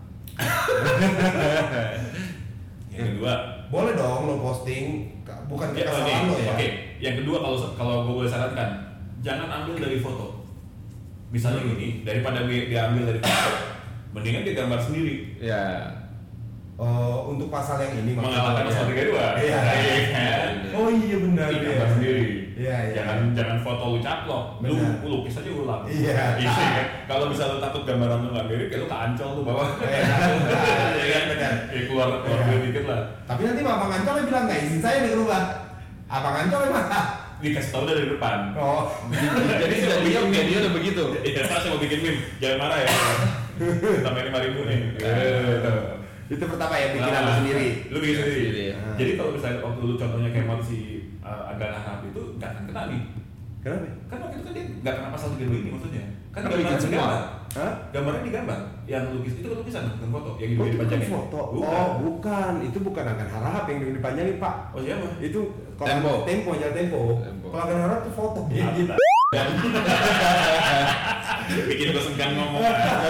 B: Yang kedua,
C: boleh dong lo posting bukan
B: ya, oke,
C: kesalahan lo ya.
B: oke. Yang kedua kalau kalau gue boleh sarankan, jangan ambil dari foto. Misalnya
C: Hmm.
B: gini, daripada dia dia ambil dari foto, mendingan dia gambar sendiri.
A: ya.
C: Oh, untuk pasal yang ini
B: Mengalahkan pasal tiga puluh dua.
C: Iya.
B: kan?
C: Oh iya benar
B: Dia
C: ya.
B: gambar sendiri.
C: Iya, iya.
B: Jangan jangan foto lu caplok. Lu
C: Benar.
B: lu lukis aja ulang.
C: Iya.
B: Iya kan? Kalau bisa lu takut gambaran lu nggak mirip, ya lu keancol tuh bawah.
C: Iya,
B: Iya kan?
C: benar.
B: Ya keluar keluar
C: Iya.
B: duit dikit lah.
C: Tapi nanti Abang Ancol bilang nggak izin saya nih berubah. Abang Ancol yang mana?
B: Dikasih tahu dari depan.
C: Oh,
A: Jadi sudah dia dia udah begitu.
B: Iya, saya mau bikin meme, jangan marah ya. Tambah lima ribu nih. Gitu.
C: itu pertama ya bikin
B: Nah,
C: aku sendiri.
B: Lu bikin
A: Bikin
B: sendiri.
A: sendiri, ya.
B: Jadi kalau misalnya waktu lu contohnya kayak mau si uh, Agak Harap itu nggak akan kena nih.
C: Kenapa?
B: Kan waktu itu kan dia nggak kena pasal tiga puluh dua ini maksudnya. Kan
A: Kan
B: gambarnya
A: bikin semua.
B: digambar.
C: Hah?
B: Gambarnya digambar. Yang lukis itu kan lukisan bukan foto. Yang
C: Oh,
B: dibikin
C: itu bukan
B: dipanjangin.
C: foto.
B: Bukan.
C: Oh, bukan. Itu bukan akan harap yang dipanjangin, Pak.
B: Oh siapa?
C: Itu kalau
A: Tempo.
C: tempo aja tempo.
A: Tempo.
C: Kalau akan harap itu foto. Dia gitu.
B: Bikin gue senggang ngomong.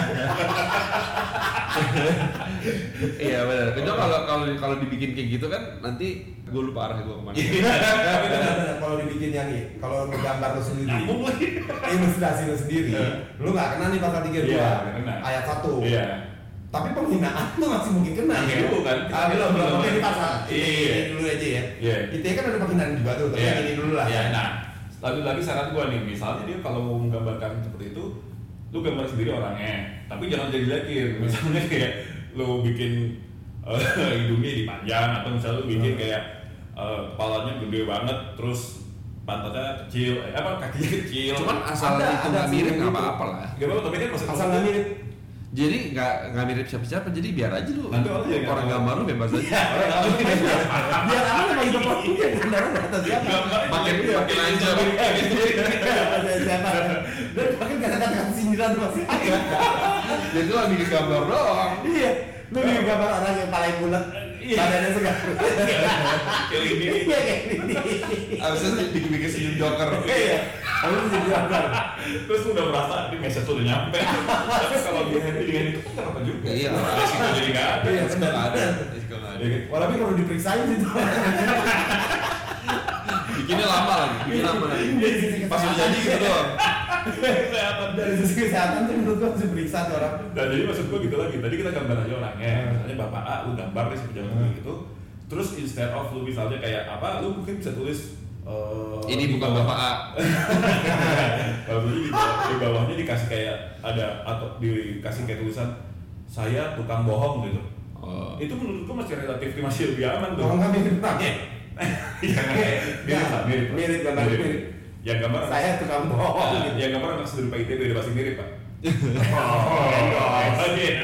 A: Iya benar. Itu kalau kalau kalau dibikin kayak gitu kan nanti gue lupa arah gue kemana.
C: Tapi benar-benar kalau dibikin yang ini, kalau gambar lo sendiri,
B: Nyambung lagi.
C: ilustrasi lo sendiri,
B: Iya.
C: lo nggak kena nih pasal tiga puluh dua
B: Iya, nggak kena.
C: ayat satu.
B: Iya.
C: Tapi penghinaan tuh masih mungkin kena.
B: Iya,
C: ya?
B: dulu kan.
C: Ah, belum, belum. Oke, ini pasal.
B: Iya.
C: Ini dulu aja ya.
B: Iya.
C: Itu kan ada penghinaan juga tuh, tapi
B: Iya.
C: yang ini dulu lah.
B: Iya, nah, lagi-lagi saran gua nih, misalnya dia kalau mau menggambarkan seperti itu, lu gambar sendiri orangnya, tapi jangan jadi lekin. Misalnya kayak lu bikin uh, hidungnya dipanjang atau misalnya lu bikin
C: Hmm.
B: kayak uh, kepalanya gede banget, terus pantatnya kecil, eh, apa kakinya kecil.
A: Cuman asal
C: Ada-
A: itu
C: ada
A: nggak mirip
C: sih
A: nggak
C: gitu.
A: apa-apa lah.
B: Gak apa-apa, tapi kan maksud
C: Asal nggak mirip.
A: Jadi nggak nggak mirip siapa-siapa, jadi biar aja lu.
B: Nanti orang jadi nggak
A: orang
B: tahu.
A: gambar lu bebas aja.
C: Biar apa sama hidup aku yang kendaraan di atas siapa?
A: Makin makin lancar.
C: Siapa? Dan makin kata-kata sindiran masih ada.
A: Jadi lu lagi gambar doang.
C: Iya, lu bikin gambar orang yang paling bulat, badannya segar.
B: Kayak ini.
C: Iya kayak ini.
A: Abis itu bikin-bikin senyum joker.
C: Iya, aku jadi gambar.
B: Terus lu udah merasa di message tuh udah nyampe. Tapi kalau dia happy dengan itu kan apa juga?
A: Iya.
B: Resiko jadi nggak ada.
C: Iya,
A: Resiko nggak ada. Resiko nggak ada.
B: Ya kan?
C: Walaupun kalau diperiksain sih tuh.
A: Bikinnya lama lagi. Bikin lama lagi.
C: Dari sisi
A: Pas udah
C: kesehatan.
A: jadi gitu doang.
B: Kesehatan.
C: Dari sisi kesehatan tuh menurut gua harus diperiksa tuh orang.
B: Nah jadi maksud gua gitu lagi, tadi kita gambar aja orangnya, misalnya bapak A, lu gambar deh sepejalan
C: Hmm.
B: gitu. Terus instead of lu misalnya kayak apa, lu mungkin bisa tulis eh,
A: Ini
B: di
A: bukan
B: bawah-
A: bapak A.
B: Kalau dulu di, bawah- di bawahnya dikasih kayak ada atau dikasih kayak tulisan saya tukang bohong gitu.
A: Oh.
B: Itu menurutku masih relatif masih lebih aman tuh.
C: Orang nggak mirip banget.
B: Iya, mirip lah, mirip.
C: Mirip, gambar mirip.
B: Yang gambar
C: Saya tukang bohong.
B: Nah,
C: gitu.
B: yang gambar anak sedulur Pak I T B udah pasti mirip, Pak.
C: Oh,
B: iya.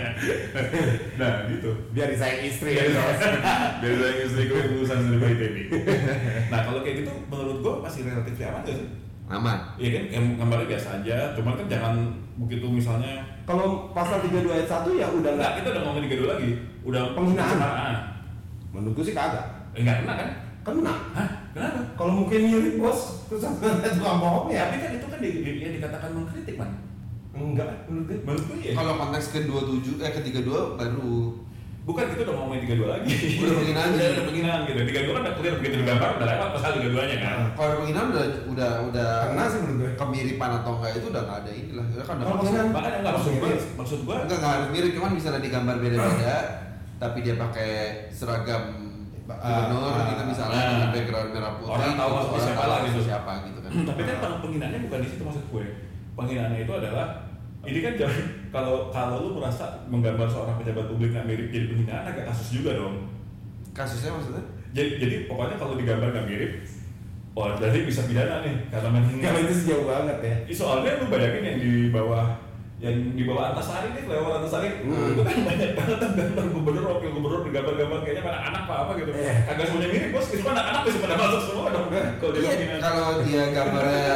B: Nah, gitu.
C: biar disayang istri
B: Biar
C: ya.
B: biar saya istriku lulusan sedulur Pak I T B. Nah, kalau kayak gitu menurut gua masih relatif aman gak sih?
A: Aman.
B: Iya kan, yang gambarnya biasa aja, cuman kan jangan begitu misalnya
C: Kalau pasal tiga puluh dua ayat satu ya udah
B: enggak,
C: nggak.
B: kita udah ngomongin tiga dua lagi. Udah
C: Penghinaan.
B: pencemaran.
C: Menurutku sih kagak.
B: Eh, enggak kena kan?
C: Kena.
B: Hah? Kenapa?
C: Kalau mungkin mirip bos, terus sampai tukang bohong ya?
B: Tapi kan itu kan di, di, yang dikatakan mengkritik, Man.
C: Enggak, menurut gue.
B: Menurut gue ya.
A: Kalau konteks ke dua puluh tujuh eh ke tiga puluh dua baru
B: Bukan, kita udah ngomongin tiga dua lagi.
A: Udah penghinaan
B: udah,
A: gitu.
B: udah penghinaan gitu. tiga dua kan udah clear begitu digambar udah lewat pasal tiga dua nya kan.
A: kalau penghinaan udah udah udah
C: Kena sih menurut gue.
A: kemiripan atau enggak itu udah nggak ada inilah. Ya kan udah
C: Kalau
A: masuk.
C: penghinaan-
B: Makanya enggak maksud gue, maksud gue
A: Enggak enggak harus mirip, cuman misalnya digambar beda-beda tapi dia pakai seragam gubernur
C: Ah,
A: gitu misalnya
B: ah.
A: dengan background merah putih.
B: Orang tahu
A: gitu,
B: maksudnya siapa
A: tahu
B: lah gitu.
A: Siapa gitu kan.
B: tapi kan peng- penghinaannya bukan di situ maksud gue. Penghinaannya itu adalah ini kan jangan kalau kalau lu merasa menggambar seorang pejabat publik nggak mirip jadi penghinaan agak kasus juga dong.
A: Kasusnya maksudnya?
B: Jadi, jadi pokoknya kalau digambar nggak mirip, wah berarti bisa pidana nih karena menghina.
C: Kalau itu sejauh banget ya.
B: Ih, soalnya lu bayangin yang di bawah yang di bawah Antasari nih, lewat Antasari
C: Hmm.
B: itu kan banyak banget kan gambar gubernur, wakil gubernur digambar-gambar kayaknya anak-anak apa apa gitu.
C: Iya.
B: Kagak semuanya mirip bos, itu anak-anak bisa pada masuk semua dong. Kalau dia
A: Iya,
B: menghina.
A: kalau dia gambarnya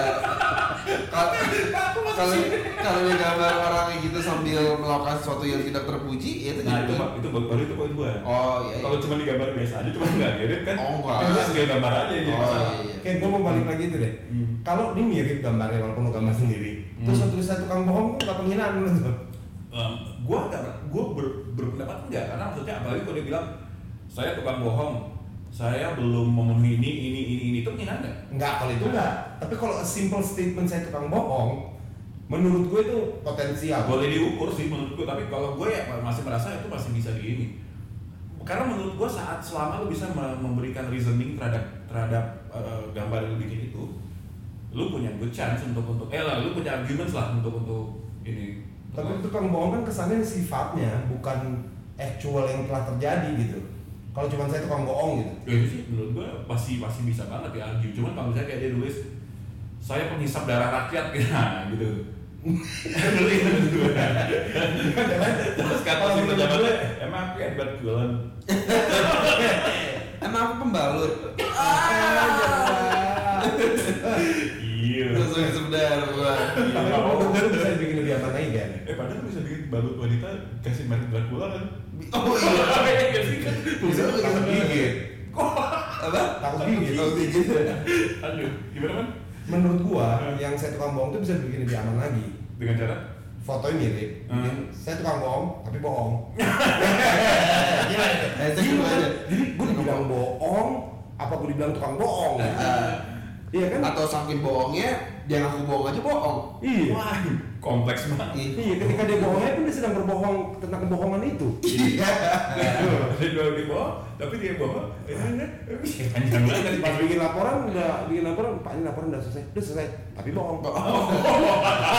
A: kalau kalau kalau dia gambar orang kayak gitu sambil melakukan sesuatu yang tidak terpuji, ya itu
B: Nah
A: jadi
B: itu Pak, itu baru baru itu poin gue.
A: Oh iya.
B: Kalau
A: iya.
B: cuma digambar biasa aja, cuma nggak mirip kan?
A: Oh, enggak.
B: Kan dia sebagai gambar aja jadi
A: Oh,
B: masalah.
A: iya, iya.
C: Kayak gue mau balik lagi itu deh.
B: Hmm.
C: Kalau ini mirip gambarnya walaupun lo gambar sendiri,
B: Hmm.
C: terus lo tulisan tukang bohong itu nggak penghinaan menurut lo?
B: Um, gue nggak, gue ber, berpendapat enggak karena maksudnya apalagi kalau dia bilang saya tukang bohong, saya belum memenuhi ini ini ini ini itu penghinaan nggak?
C: Enggak, kalau itu enggak. Tapi kalau a simple statement saya tukang bohong, menurut gue itu potensial.
B: Boleh diukur sih menurut gue, tapi kalau gue ya masih merasa itu masih bisa di ini. Karena menurut gue saat selama lu bisa me- memberikan reasoning terhadap terhadap uh, gambar yang lu bikin itu, lu punya good chance untuk untuk eh lah, lu punya arguments lah untuk untuk ini.
C: Tapi tukang bohong kan kesannya sifatnya bukan actual yang telah terjadi gitu. Kalau cuma saya tukang bohong gitu.
B: Ya itu sih menurut gue masih masih bisa banget ya argue. Cuman kalau misalnya kayak dia tulis saya penghisap darah rakyat ya gitu. Dulu itu gue. Terus kata si pejabatnya, emang aku yang buat jualan.
A: Emang aku pembalut.
B: Iya.
A: Langsung sebentar gua.
C: Tapi kalau gue bisa bikin lebih aman lagi kan.
B: Eh padahal bisa bikin balut wanita kasih merek Dracula kan?
A: Oh iya.
B: Iya sih kan?
A: Bisa
C: Takut gigit.
A: Apa?
C: Takut gigit.
A: Takut gigit.
B: Aduh, gimana man?
C: Menurut gua yang saya tukang bohong itu bisa bikin lebih aman lagi.
B: Dengan cara?
C: Fotonya mirip.
B: Hmm.
C: Bikin, saya tukang bohong tapi bohong.
A: Eh, saya dulu aja.
C: Jadi gue dibilang bohong, apa gue dibilang tukang bohong? Iya kan?
A: Atau saking bohongnya, dia ngaku bohong aja bohong.
C: Iya.
B: Wah, kompleks banget.
C: Iya, ketika dia bohongnya pun dia sedang berbohong tentang kebohongan itu.
A: Iya.
B: Dia bilang dia bohong, tapi dia bohong. Eh, enggak. Eh, panjang banget.
C: Pas bikin laporan udah bikin laporan, Pak ini laporan udah selesai, udah selesai, tapi bohong.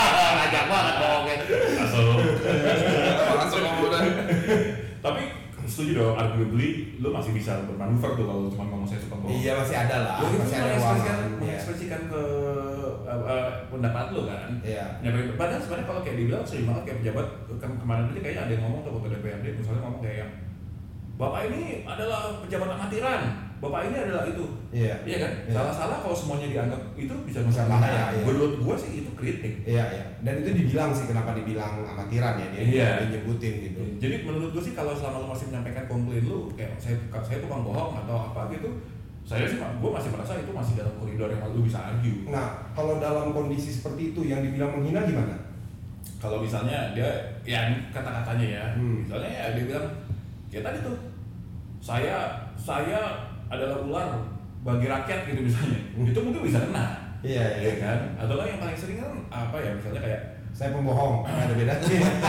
C: Ngajak banget bohongnya.
B: Asal.
A: Langsung ngomong udah.
B: Tapi setuju dong, arguably lu masih bisa bermanuver tuh kalau cuma ngomong saya suka bohong.
C: Iya masih ada lah,
B: Lu itu
C: masih ada
B: mengekspresikan,
C: ruangan. Iya.
B: mengekspresikan ke uh, uh, pendapat lu kan.
C: Iya.
B: Nyampe padahal sebenarnya kalau kayak dibilang sering banget kayak pejabat ke- kemarin aja kayaknya ada yang ngomong tuh waktu D P R D misalnya ngomong kayak yang Bapak ini adalah pejabat amatiran, Bapak ini adalah itu.
C: Iya.
B: Iya kan?
C: Iya.
B: Salah-salah kalau semuanya dianggap itu bisa
C: Bisa
B: bisa
C: bahaya,
B: bahaya.
C: iya.
B: Menurut gua sih itu kritik.
C: Iya iya. Dan itu dibilang sih kenapa dibilang amatiran ya dia,
B: Iya.
C: dia nyebutin gitu.
B: Jadi menurut gua sih kalau selama lu masih menyampaikan komplain lu kayak saya saya tukang bohong atau apa gitu, saya sih gua masih merasa itu masih dalam koridor yang lu bisa argue.
C: Nah kalau dalam kondisi seperti itu yang dibilang menghina gimana?
B: Kalau misalnya dia ya kata-katanya ya,
C: Hmm.
B: misalnya ya dia bilang kayak tadi tuh saya saya adalah ular bagi rakyat gitu misalnya,
C: Hmm.
B: itu mungkin bisa kena.
C: Iya
B: Ya kan? Atau kan yang paling sering kan apa ya misalnya kayak
C: Saya pembohong, nggak ada bedanya.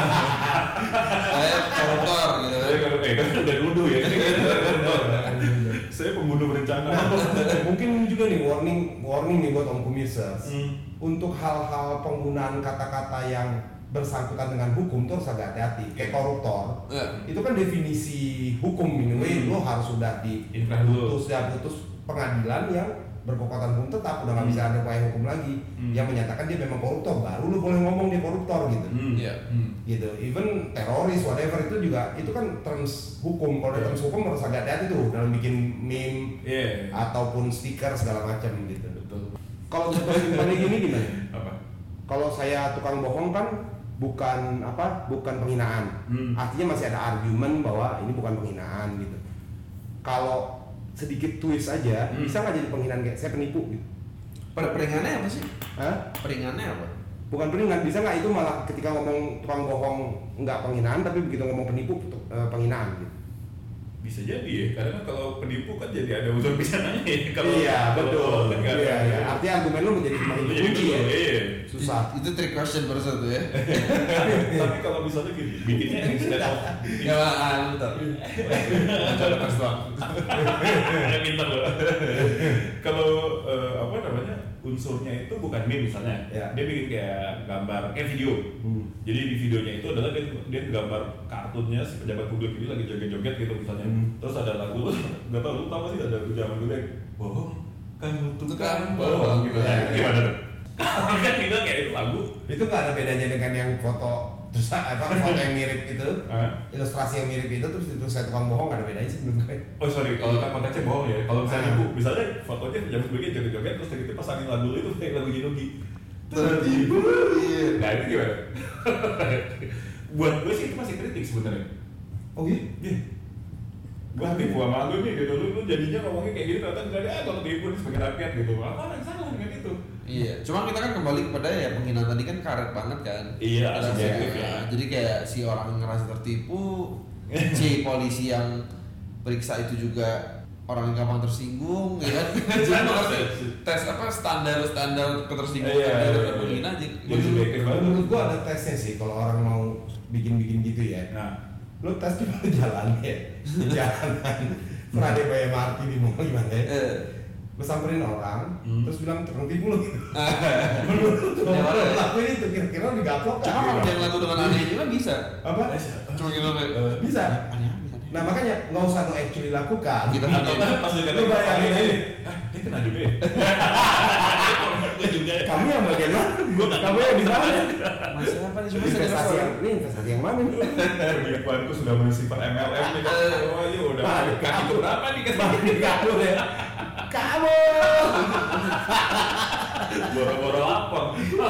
A: Saya koruptor gitu kan.
B: saya kalau kayak kan udah nuduh ya, ini kan udah nuduh. Saya pembunuh berencana.
C: Nah, mungkin juga nih warning warning nih buat Om Kumirsa.
B: Hmm.
C: Untuk hal-hal penggunaan kata-kata yang bersangkutan dengan hukum tuh harus agak hati-hati. Kayak koruptor,
A: Ya.
C: itu kan definisi hukum anyway,
B: Hmm.
C: lo harus sudah di
B: Inkrah dulu.
C: putus dan putus pengadilan yang berkekuatan hukum tetap, udah nggak
B: Hmm.
C: bisa ada upaya hukum lagi
B: Hmm.
C: yang menyatakan dia memang koruptor, baru lo boleh ngomong dia koruptor gitu.
B: Hmm.
A: Iya.
B: Hmm.
C: Gitu, even teroris whatever itu juga itu kan terms hukum. Kalau
B: Yeah.
C: terms hukum harus agak hati-hati tuh dalam bikin meme
B: Iya.
C: ataupun stiker segala macam gitu.
B: Betul.
C: Kalau kesimpulannya gini gimana?
B: Apa?
C: Kalau saya tukang bohong kan bukan apa? Bukan penghinaan.
B: Hmm.
C: Artinya masih ada argumen bahwa ini bukan penghinaan gitu. Kalau sedikit twist aja,
B: Hmm.
C: bisa nggak jadi penghinaan kayak saya penipu gitu?
A: Per- Peringannya apa sih?
C: Hah?
A: Peringannya apa?
C: Bukan penghinaan, bisa nggak itu malah ketika ngomong tukang bohong nggak penghinaan, tapi begitu ngomong penipu eh, penghinaan gitu?
B: Bisa jadi ya, karena kalau penipu kan jadi ada unsur pisananya ya. Kalau
C: Iya
B: kalau
C: betul.
B: bohong kan nggak
C: Iya,
B: ada.
C: iya. Artinya argumen lu menjadi
B: Itu
C: menjadi
B: jadi
C: kunci ya.
B: betul, iya.
C: Susah.
A: Itu trick question baru satu ya.
B: Tapi kalau misalnya gini, bikinnya instead of
A: Ya makan bentar. Coba tes doang.
B: ada pintar loh. Kalau eh, apa namanya unsurnya itu bukan meme misalnya,
C: Ya.
B: dia bikin kayak gambar, kayak video.
C: Hmm.
B: Jadi di videonya itu adalah dia, dia gambar kartunnya si pejabat publik ini lagi joget-joget gitu misalnya.
C: Hmm.
B: Terus ada lagu, nggak tahu lu tau gak sih ada zaman dulu yang bohong kamu tukang
A: Tukang
B: bohong
A: bohong.
B: gitu. Nah, itu gimana tuh? Kan tinggal kayak itu lagu.
C: Itu nggak ada bedanya dengan yang foto terus apa foto yang mirip itu,
B: Hah?
C: ilustrasi yang mirip itu terus itu saya tukang bohong nggak ada bedanya sih menurut gue.
B: Oh sorry, kalau kan konteksnya bohong ya. Kalau misalnya
C: Ah.
B: ibu, misalnya fotonya pejabat publiknya joget-joget terus tiba-tiba pasangin lagu lu itu kayak lagu Jinogi.
A: Tertipu. Iya.
B: Nah itu gimana? Buat gue sih itu masih kritik sebenarnya.
C: Oh iya?
B: Iya. Gue tipu sama lu nih gitu, lu, lu jadinya ngomongnya kayak gitu, ternyata enggak ada, ah kalau tipu nih sebagai rakyat gitu. Apa yang salah dengan itu?
A: Iya, cuma kita kan kembali kepada ya penghinaan tadi kan karet banget kan.
B: Iya,
A: Ngerasa-
B: subjektif ya.
A: Jadi kayak si orang ngerasa tertipu, si polisi yang periksa itu juga orang yang gampang tersinggung, ya kan? Jadi harus tes apa standar standar ketersinggungan
B: Iya,
A: dari
B: iya,
A: penghina
B: iya.
A: aja.
B: Jadi subjektif banget.
C: Menurut gua ada tesnya sih kalau orang mau bikin-bikin gitu ya.
B: Nah,
C: Lu tes di mana jalan ya? Jalanan. Pernah ada kayak M R T di mall gimana ya?
A: Eh,
C: Lu samperin orang,
B: Hmm.
C: terus bilang tukang tipu lu gitu. Menurut lu
A: Ya,
C: kalau
A: mana?
C: lakuin itu kira-kira lu digaplok
A: cuma kalau
C: kan?
A: dia ngelaku dengan aneh juga bisa.
C: Apa?
A: Cuma gitu kayak
C: Bisa.
A: aneh apa bisa.
C: Nah makanya nggak usah lu actually lakukan.
A: Kita
B: atau kan pas dia kata
C: Lu bayangin aja.
B: ah dia kena juga ya? Gue juga ya.
C: Kamu yang bagian mana? Kamu yang di mana?
A: Masih apa nih? Cuma
C: Investasi yang ini investasi yang mana nih?
B: Penipuanku sudah bersifat M L M nih kan. Oh iya udah.
C: Balik
B: Kaki
C: kabur.
B: berapa nih kan?
C: Balik kabur ya. Kamu.
B: Boro-boro lapor.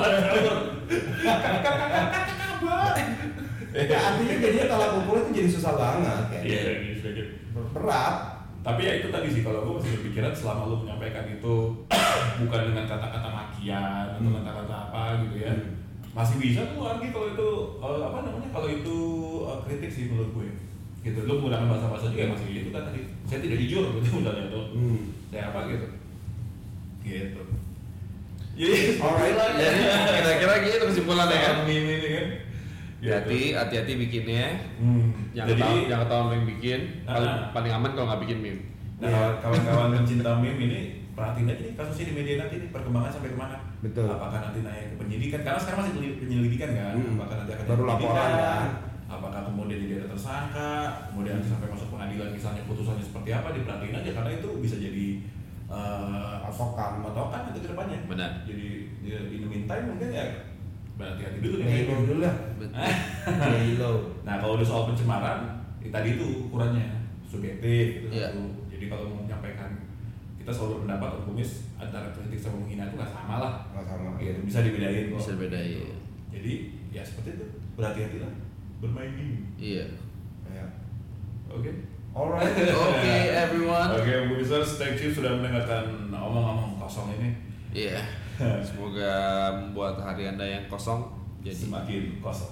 C: Ya, artinya jadinya tolak ukur itu jadi susah banget kayak.
B: Iya, ini sedikit.
C: Berat.
B: Tapi ya itu tadi sih kalau gue masih berpikiran selama lu menyampaikan itu bukan dengan kata-kata makian atau
C: Hmm.
B: kata-kata apa gitu ya.
C: Hmm.
B: Masih bisa tuh argi kalau itu eh, apa namanya kalau itu eh, kritik sih menurut gue. Gitu. Lu menggunakan bahasa-bahasa juga masih gitu kan tadi. Saya tidak jujur gitu misalnya tuh.
C: Hmm.
B: Saya apa gitu. Gitu. Jadi
C: Alright.
A: Jadi kira-kira gitu kesimpulannya kan.
B: Ini ini kan.
A: Hati-hati, hati-hati bikinnya.
B: Hmm.
A: Yang
B: Jadi
A: ketahuan, yang ketahuan yang bikin, paling,
B: Ah.
A: paling aman kalau nggak bikin meme.
B: nah,
C: Iya.
B: kawan-kawan pencinta meme ini perhatiin aja nih kasusnya di media nanti nih perkembangan sampai kemana.
C: Betul.
B: Apakah nanti naik ke penyidikan? Karena sekarang masih penyelidikan kan.
C: Hmm.
B: Apakah nanti akan
C: Baru
B: naik ke
C: laporan
B: penyidikan?
C: kan.
B: Apakah kemudian jadi ada tersangka, kemudian sampai masuk pengadilan misalnya putusannya seperti apa, diperhatiin aja karena itu bisa jadi uh,
C: patokan
B: patokan nanti ke depannya.
A: Benar.
B: Jadi ya, in the meantime mungkin ya berhati-hati dulu nih.
C: Melo dulu lah. Melo.
B: Nah kalau udah soal pencemaran, ya tadi itu ukurannya subjektif gitu.
A: Yeah.
B: Jadi kalau mau menyampaikan, kita selalu berpendapat hukumis antara kritik sama menghina itu nggak sama lah.
C: Nggak sama.
B: Gitu, bisa dibedain kok.
A: Bisa bedain.
B: Jadi ya seperti itu, berhati-hatilah bermain ini.
A: Iya.
C: Ya.
B: Oke.
C: Alright.
A: Oke everyone.
B: Oke, Hukumisers, thank you sudah mendengarkan omong-omong kosong ini.
A: Iya. Semoga membuat hari Anda yang kosong jadi
B: Semakin kosong.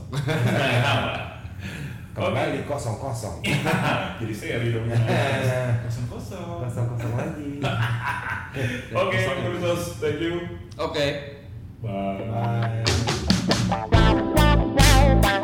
C: Kembali kosong-kosong.
B: Jadi seri dong. Kosong-kosong.
C: Kosong-kosong lagi.
B: Oke, Hukumisers, thank you.
A: Oke.
B: Bye.
C: Bye.